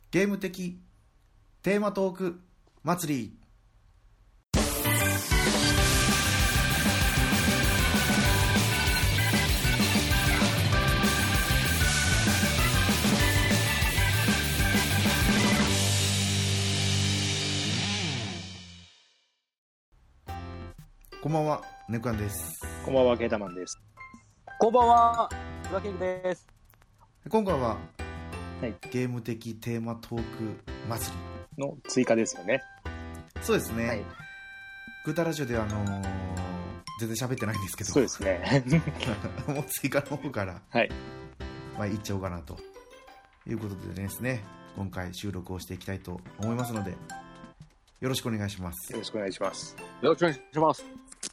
ゲーム的テーマトーク祭り。こんばんは、ネクアンです。 こんばんは、ケータマンです。 こんばんは、ブラキングです。 今回は、 はい、 ゲーム的テーマトーク祭りの追加ですよね。 そうですね、 はい、 グータラジオでは全然喋ってないんですけど、 そうですねもう追加の方から、 はい、 行っちゃおうかなということでですね、今回収録をしていきたいと思いますので、よろしくお願いします。 よろしくお願いします。 よろしくお願いします。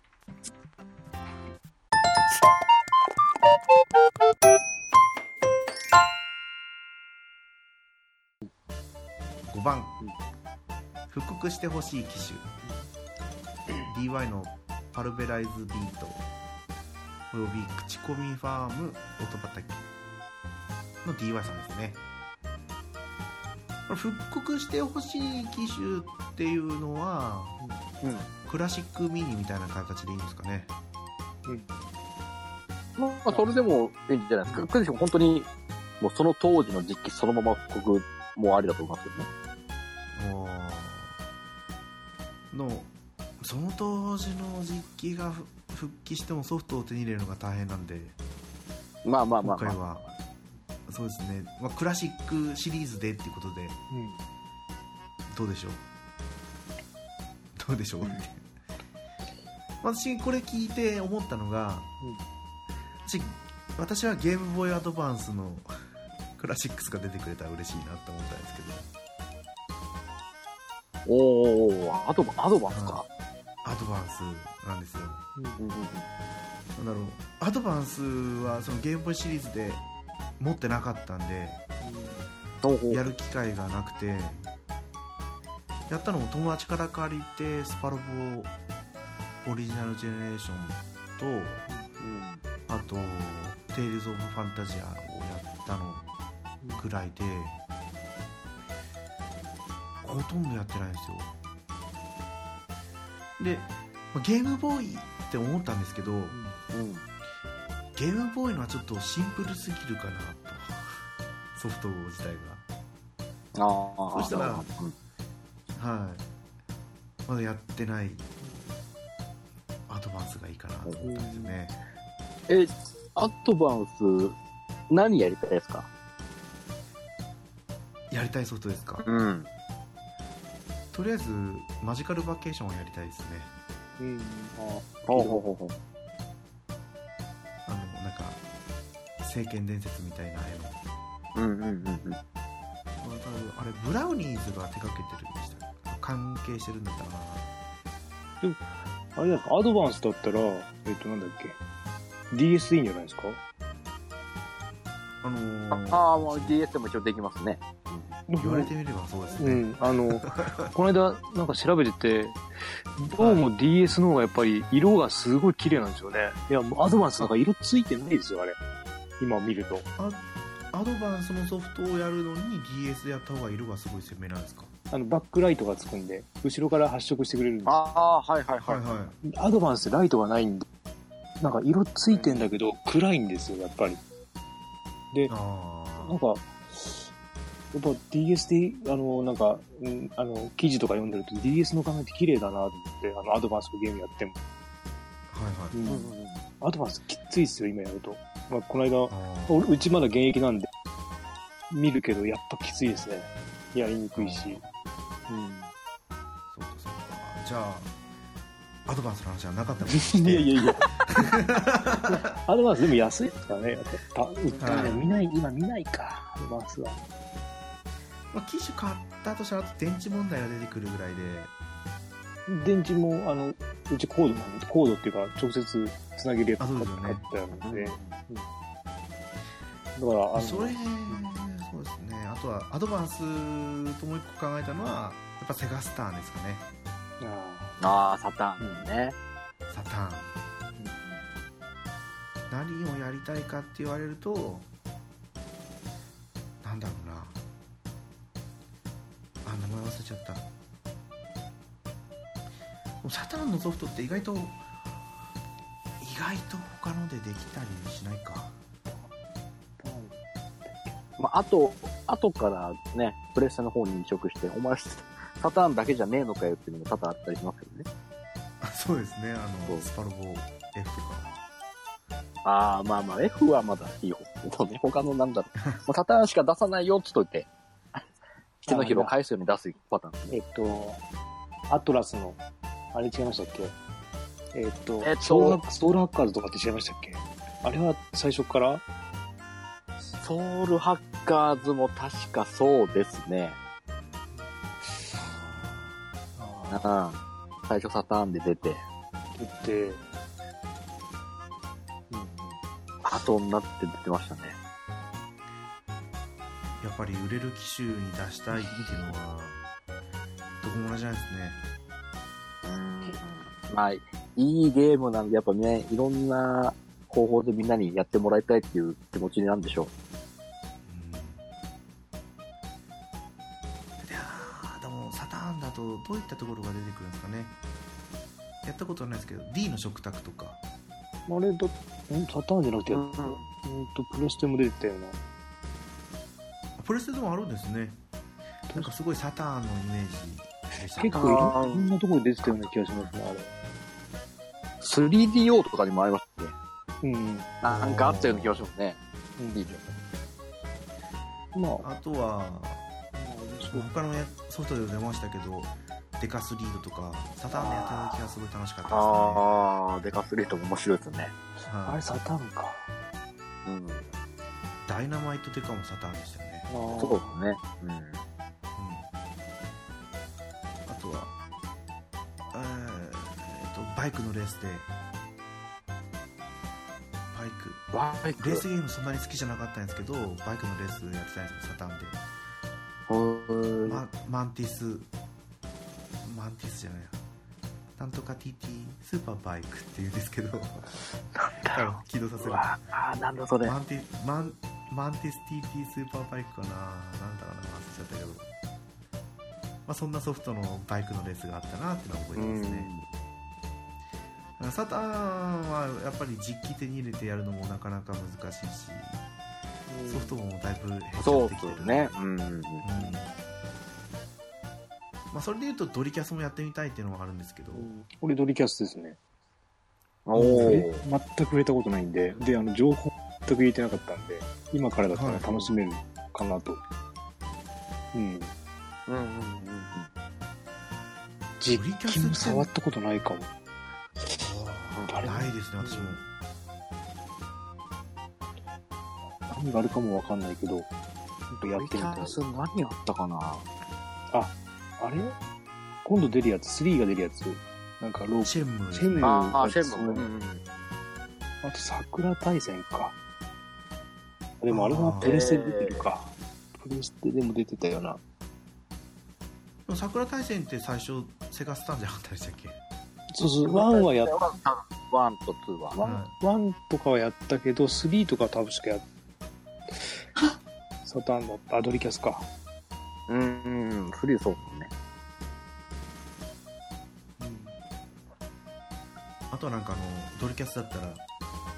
5番、復刻してほしい機種 DY のパルベライズビートおよび口コミファーム音畑の DY さんですね。復刻してほしい機種っていうのは、クラシックミニみたいな形でいいんですかね。 まあ、それでもいいんじゃないですか。本当にもうその当時の実機そのまま復刻もありだと思いますけどね。 その当時の実機が復帰してもソフトを手に入れるのが大変なんで、 今回はそうですね、クラシックシリーズでっていうことで、どうでしょうって私これ聞いて思ったのが、私はゲームボーイアドバンスのクラシックスが出てくれたら嬉しいなって思ったんですけど。 アドバンスか。 アドバンスなんですよ。なんだろう、アドバンスはそのゲームボーイシリーズで持ってなかったんで、やる機会がなくて、やったのも友達から借りてスパロボオリジナルジェネレーションと、あとテイルズ・オブ・ファンタジアをやったのくらいで、ほとんどやってないんですよ。で、ゲームボーイって思ったんですけど、ゲームボーイのはちょっとシンプルすぎるかなと、ソフト自体が。そしたら、まだやってないアドバンスがいいかなと思ったんですよね。 アドバンス何やりたいですか？ やりたいソフトですか？とりあえずマジカルバケーションをやりたいですね。なんか聖剣伝説みたいな絵の。あれブラウニーズが手掛けてるんでした。関係してるんだったらな。 でもあれなんかアドバンスだったらなんだっけ、 DS いいんじゃないですか？ DS でも一応できますね。 言われてみればそうですね。 この間なんか調べてて、どうも DS の方がやっぱり色がすごい綺麗なんですよね。いや、アドバンスなんか色ついてないですよ、あれ。今見ると。 アドバンスのソフトをやるのに DS やった方が色がすごい鮮明なんですか？ バックライトがつくんで、後ろから発色してくれるんです。 アドバンスライトがないんで、なんか色ついてんだけど、暗いんですよ、やっぱり。で、なんか、やっぱ DS で、記事とか読んでると DS の画面って綺麗だなと思って、アドバンスのゲームやっても。アドバンスきついっすよ、今やると。この間、うちまだ現役なんで、見るけど、やっぱきついですね。やりにくいし。 そうか。じゃあ、アドバンスの話はなかったのかもしれない。 いや。アドバンスでも安いですからね。今見ないか、アドバンスは。 機種買ったとしたら電池問題が出てくるぐらいで、 電池もうちコードっていうか直接つなげるやつ買ったので、だからそうですね。あとはアドバンスともう一個考えたのはやっぱセガスターンですかね。 サターンね。 サターン、何をやりたいかって言われると、なんだろうな、 忘れちゃった。サターンのソフトって意外と他のでできたりしないか。 まあ、あとからね、プレステの方に移植して、お前、サターンだけじゃねえのかよっていうのも多々あったりしますけどね。 そうですね、スパロボ F とか。 ああ、まあまあ、F はまだいい方。ね、他のなんだろう。もうサターンしか出さないよっつっといて、手のひらを返すように出すパターンですね。 アトラスの、あれ違いましたっけ？ソウルハッカーズとかって違いましたっけ？あれは最初から？ ソウルハッカーズも確かそうですね。最初サターンで出て、後になって出てましたね。 やっぱり売れる機種に出したいっていうのはどこも同じじゃないですね。 まあいいゲームなんでやっぱね、いろんな方法でみんなにやってもらいたいっていう気持ちなんでしょう。 いやでもサターンだとどういったところが出てくるんですかね。やったことはないですけど D の食卓とかあれだ、サターンじゃなくてプレステも出てたよな。 プレステでもあるんですね。なんかすごいサターンのイメージでした。 結構いろんなところで出てたような気がしますね、あれ。 3DO とかにもありましたね。 うん。 なんかあったような気がしますね。いいね。 あとは、他のソフトで出ましたけど、デカスリードとか、サターンでやった時がすごい楽しかったですね。 ああ、デカスリードも面白いですね。 あれサターンか。 うん。 ダイナマイトデカもサターンでしたよね。 そうですね。うん。 あとは、バイクのレースで、バイクレースゲームそんなに好きじゃなかったんですけど、バイクのレースやってたんですよ、サターンで。マンティスじゃないや、なんとか TT スーパーバイクっていうんですけど、起動させる。 なんだそれ。 マンティス TT スーパーバイクかな、なんだろうな、忘れちゃったけど、そんなソフトのバイクのレースがあったなっていうのは覚えてますね。サターンはやっぱり実機手に入れてやるのもなかなか難しいし、ソフトもだいぶ減っちゃってきてるね。それでいうとドリキャスもやってみたいっていうのはあるんですけど、 俺ドリキャスですね。全く触れたことないんで、情報全く入れてなかったんで、今からだったら楽しめるかなと。実機も触ったことないかも。 ないですね、私も。 何があるかもわかんないけど、やってみたい。 何あったかな。 あれ今度出るやつ、3が出るやつ。なんかシェンムー。 シェンムー。 あと、桜大戦か。でもあれはプレステで出てるか。プレステでも出てたよな。 桜大戦って最初、セガスタンじゃなかったでしたっけ？ そうそう、1はやった。 1と2は。 1とかはやったけど、3とかは多分しかサターンだった。ドリキャスか。 3そうね。 あとはなんかドリキャスだったら、なんか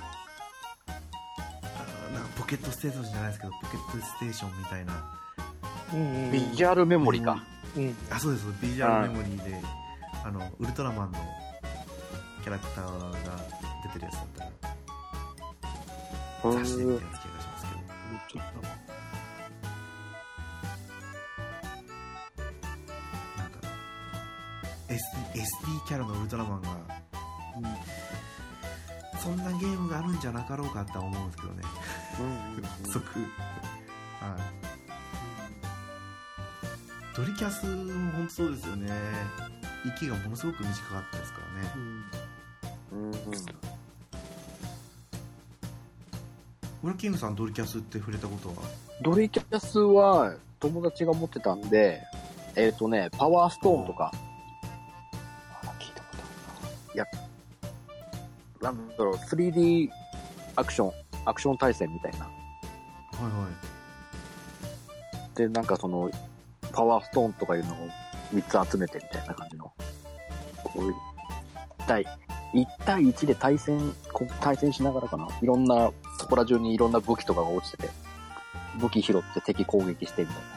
ポケットステーションじゃないですけど、ポケットステーションみたいな。 ビジュアルメモリか。 そうです。ビジュアルメモリーで、ウルトラマンのキャラクターが出てるやつだったら、出してみたいな気がしますけど。なんか、SD キャラのウルトラマンが、そんなゲームがあるんじゃなかろうかって思うんですけどね。ドリキャスも本当そうですよね。息がものすごく短かったですからね。ウラキングさん、ドリキャスって触れたことは？ ドリキャスは友達が持ってたんで、パワーストーンとか。 聞いたことあるな。 いや、なんだろう、3D アクション対戦みたいな。 はいはい。 で、なんかパパワーストーンとかいうのを3つ集めてみたいな感じの。こういう、1対1で対戦しながらかな。いろんな、そこら中にいろんな武器とかが落ちてて、武器拾って敵攻撃してみたいな。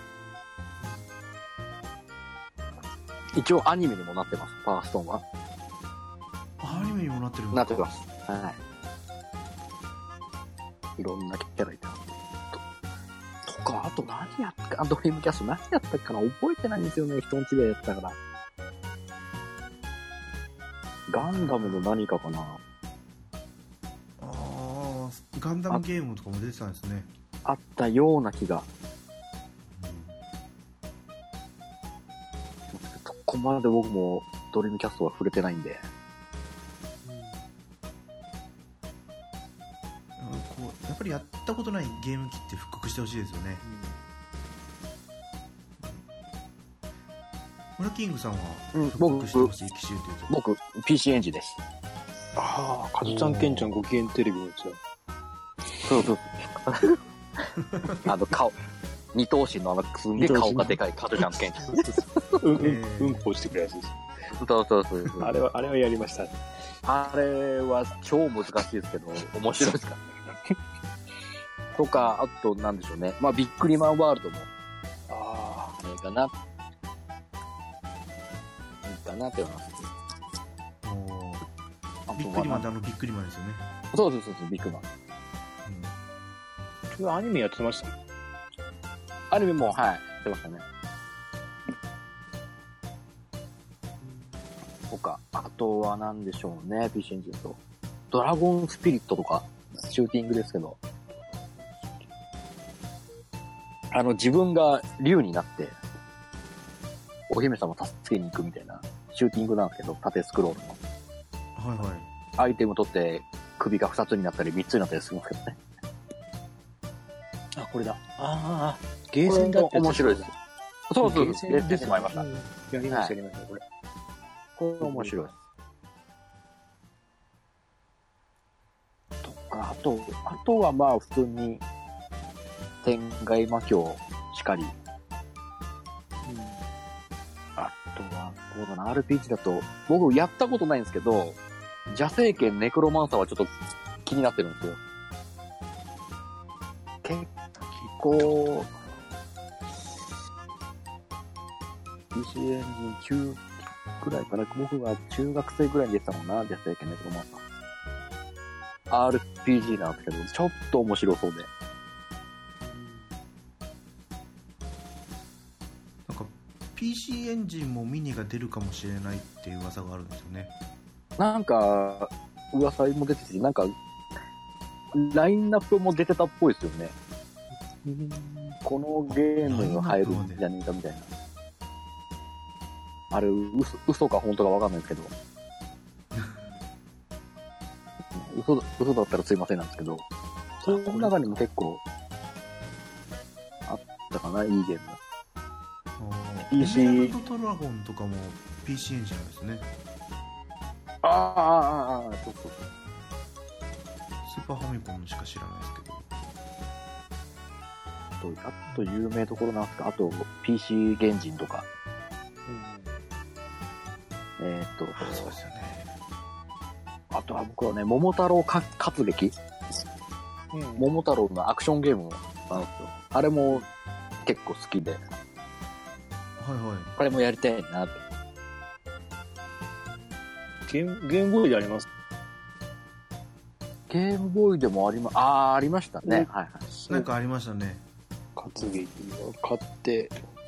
一応アニメにもなってます、パワーストーンは。 アニメにもなってるんなってます。はい。いろんなキャラいた。とか、あと何やったか、ドリームキャスト何やったかな覚えてないんですよね、人んちでやったから。ガンダムの何かかな。 ガンダムゲームとかも出てたんですね。 あったような気が。そこまで僕もドリームキャストは触れてないんで。 やっぱりやったことないゲーム機って復刻してほしいですよね。ムラキングさんは復刻してほしい機種というと、 僕 PC エンジンです。 ああ、カズちゃんケンちゃんご機嫌テレビのやつだ。 そうそう二頭身のすんげえ顔がでかいカズちゃんケンちゃん。 うんこしてくるやつです。 そうあれはやりました。 あれは超難しいですけど面白いですからね。とか、あとなんでしょうね。まあビックリマンワールドもいいかなって思います。 ビックリマンってビックリマンですよね。 そうビックリマン。 アニメやってました？ アニメもやってましたね。とか、あとはなんでしょうね、PC エンジンと。ドラゴンスピリットとか、シューティングですけど。自分が竜になって、お姫様助けに行くみたいな、シューティングなんですけど、縦スクロールの。アイテム取って、首が2つになったり3つになったりするんですけどね。 これだ。ゲーセンだって面白いです。そう。 出てまいりました。 やりました、これ。 これ面白いです。とか、あとはまあ普通に、天外魔境しかり。あとは、どうだな、RPG だと、僕やったことないんですけど、邪聖剣ネクロマンサーはちょっと気になってるんですよ。結構、PC エンジン9くらいかな。僕が中学生くらいに出てたもんな、邪聖剣ネクロマンサー。RPG なんですけど、ちょっと面白そうで。 なんか PC エンジンもミニが出るかもしれないっていう噂があるんですよね。 なんか、噂も出てて、なんか、ラインナップも出てたっぽいですよね。このゲームに入るんじゃねえかみたいな。あれ、嘘か本当かわかんないですけど。嘘だったらすいませんなんですけど、その中にも結構、あったかな、いいゲーム。 PC エメラルドドラゴンとかも PC エンジンなんですね。 そう。 スーパーファミコンのしか知らないですけど。 あと有名どころなんですか、あと PC 原人とか。 そうですよね。 あとは僕はね、桃太郎活劇、桃太郎のアクションゲームなんですよ。あれも結構好きで。あれもやりたいなって。 ゲームボーイであります？ ゲームボーイでもありましたね。 なんかありましたね。 活劇を買って、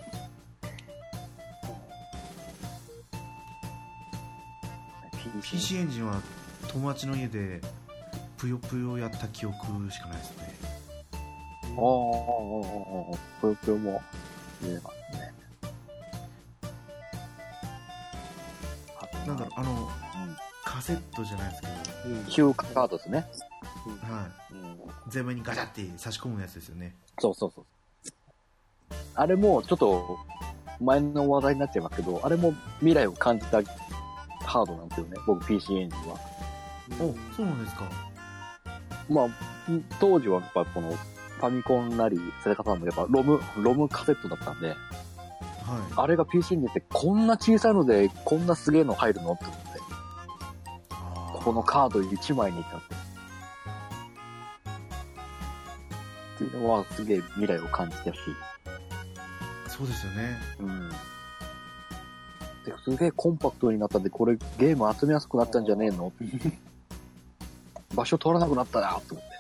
PC エンジンは友達の家でぷよぷよやった記憶しかないですね。 ぷよぷよも見えますね。 なんだろう、カセットじゃないですけど、 ヒューカードですね。 全面にガチャって差し込むやつですよね。 そう。あれもちょっと前の話題になっちゃいますけど、あれも未来を感じたハードなんですよね、僕 PC エンジンは。 そうなんですか。 まあ当時はやっぱこのファミコンなりセガサターンもやっぱロムカセットだったんで、 あれが PC に出てこんな小さいのでこんなすげえの入るのって思って、このカード1枚に至ってっていうのはすげえ未来を感じたし、 そうですよね。 すげえコンパクトになったんで、これゲーム集めやすくなったんじゃねえの場所取らなくなったなと思って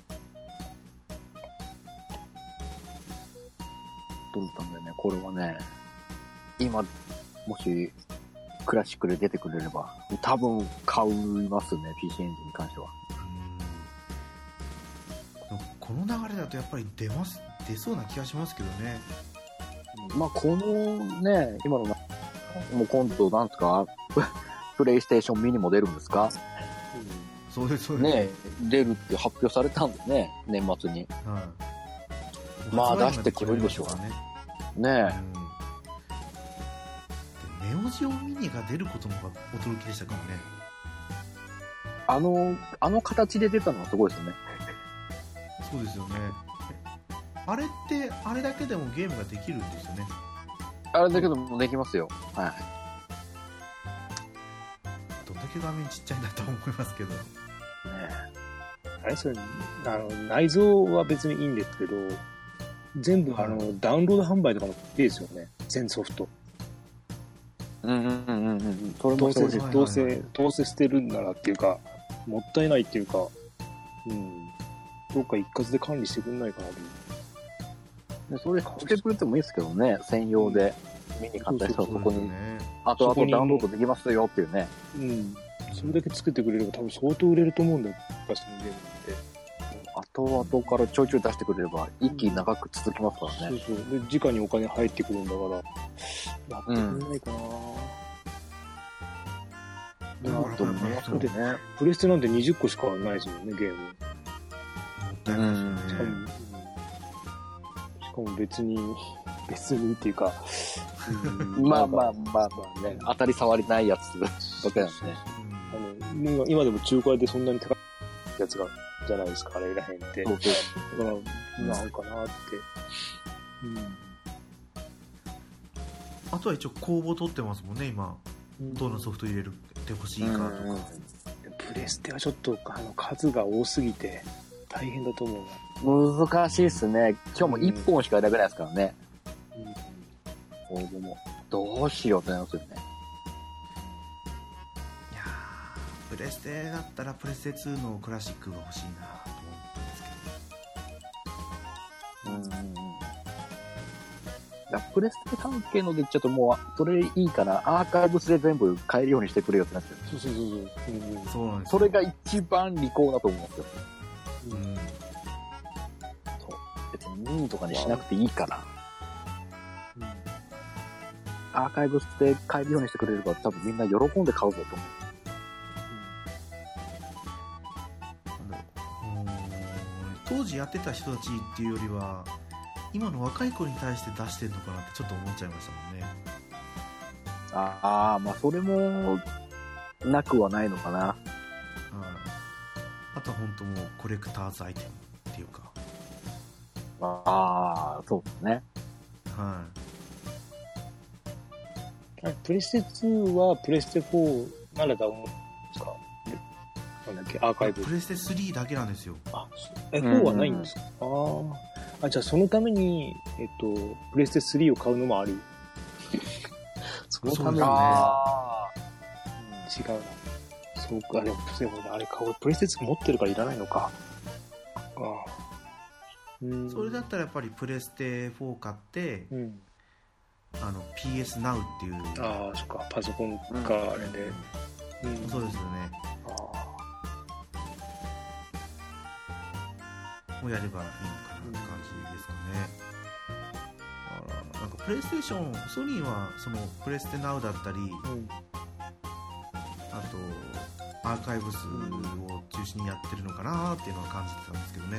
と思ったんだよね。これはね、今もしクラシックで出てくれれば多分買いますね、 PC エンジンに関しては。 この流れだとやっぱり出そうな気がしますけどね。 まあこのね、今のもう今度なんですかプレイステーションミニも出るんですか？ そうですそうですね、出るって発表されたんですね、年末に。まあ出してくれるでしょうね。 ネオジオミニが出ることの方が驚きでしたからね。 あの形で出たのはすごいですよね。 そうですよね。あれってあれだけでもゲームができるんですよね。 あれだけでもできますよ。はい。 どんだけ画面ちっちゃいんだと思いますけど。 あれそれ内蔵は別にいいんですけど、全部ダウンロード販売とかもいいですよね。全ソフト。 それもそうです。 どうせ捨てるんならっていうか、もったいないっていうか、どっか一括で管理してくんないかなと思う。それしてくれてもいいですけどね、専用で見に買った人はそこに、あとダウンロードできますよっていうね。 それだけ作ってくれれば多分相当売れると思うんだよ、昔のゲームって。 後々からちょいちょい出してくれれば一気に長く続きますからね。 そうで、直にお金入ってくるんだから、やってくれないかな。 と思いますよね。 プレステなんて20個しかないですもんね、ゲーム。 もったいないですよね。 しかも別にっていうか、 まあね、当たり障りないやつだけなんですね。 今でも中古屋でそんなに高いやつがじゃないですか、あれらへんって。だからなんかなって。 あとは一応公募取ってますもんね、今。どんなソフト入れてほしいかとか。 プレステはちょっと数が多すぎて大変だと思うな。難しいっすね。今日も1本しか選べないですからね。応募もどうしようってなりますよね。 いやー、プレステだったらプレステ2のクラシックが欲しいなと思うんですけど。プレステ関係ので言っちゃうともうそれいいからアーカイブスで全部買えるようにしてくれよってなってる。 そうなんです。 それが一番利口だと思うんですよ。そう。別に2位とかにしなくていいから。アーカイブスで買えるようにしてくれれば多分みんな喜んで買うぞと思う。 当時やってた人たちっていうよりは今の若い子に対して出してるのかなってちょっと思っちゃいましたもんね。 まあそれもなくはないのかな。 あとは本当もうコレクターズアイテムっていうか。 そうですね。 プレステ2はプレステ4ならダウンロードですか？なんだっけ、アーカイブ。 プレステ3だけなんですよ。 4はないんですか？じゃあそのために、プレステ3を買うのもあり。そのためにね。違うな。そうか、でも、あれか、俺プレステ2持ってるからいらないのか。 それだったらやっぱりプレステ4買って、PS Now っていう。 そっか、パソコンか、あれで。 そうですよね。をやればいいのかなって感じですかね。なんかプレイステーション、ソニーはそのプレステナウだったり、あとアーカイブスを中心にやってるのかなっていうのは感じてたんですけどね。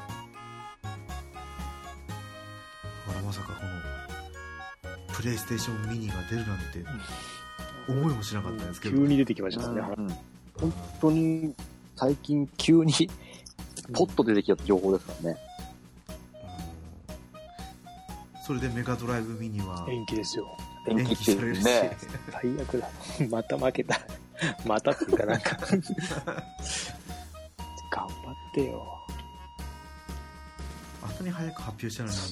だからまさかこのプレイステーションミニが出るなんて思いもしなかったんですけど、 急に出てきましたね。 本当に最近急にポッと出てきた情報ですからね。 それでメガドライブミニは延期ですよ。 延期されるし、ね、 最悪だ。また負けた。またっていうかなんか頑張ってよ。 あとに早く発表したのにって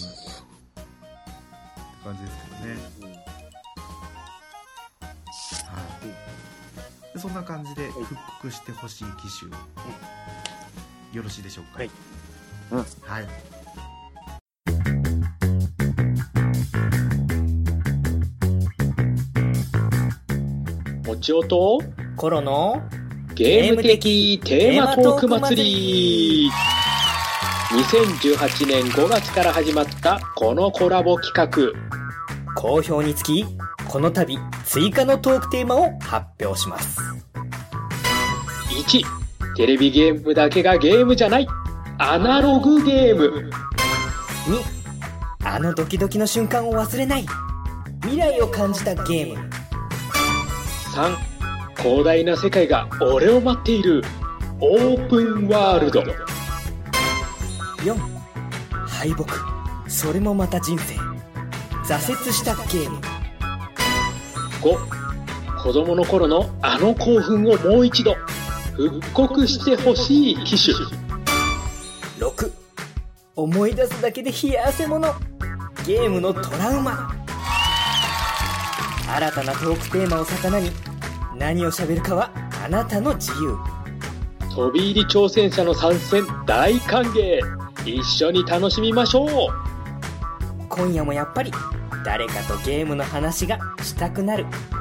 感じですけどね、はい、でそんな感じで復刻してほしい機種、よろしいでしょうか。はい、はい、 もちおとコロのゲーム的テーマトーク祭り。2018年5月から始まったこのコラボ企画、 好評につきこの度追加のトークテーマを発表します。 1、テレビゲームだけがゲームじゃないアナログゲーム。 2、あのドキドキの瞬間を忘れない未来を感じたゲーム。 3、広大な世界が俺を待っているオープンワールド。 4、敗北、それもまた人生、挫折したゲーム。 5、子供の頃のあの興奮をもう一度復刻してほしい機種。 6、思い出すだけで冷や汗ものゲームのトラウマ。新たなトークテーマを魚に何を喋るかはあなたの自由。 飛び入り挑戦者の参戦大歓迎。一緒に楽しみましょう。 今夜もやっぱり誰かとゲームの話がしたくなる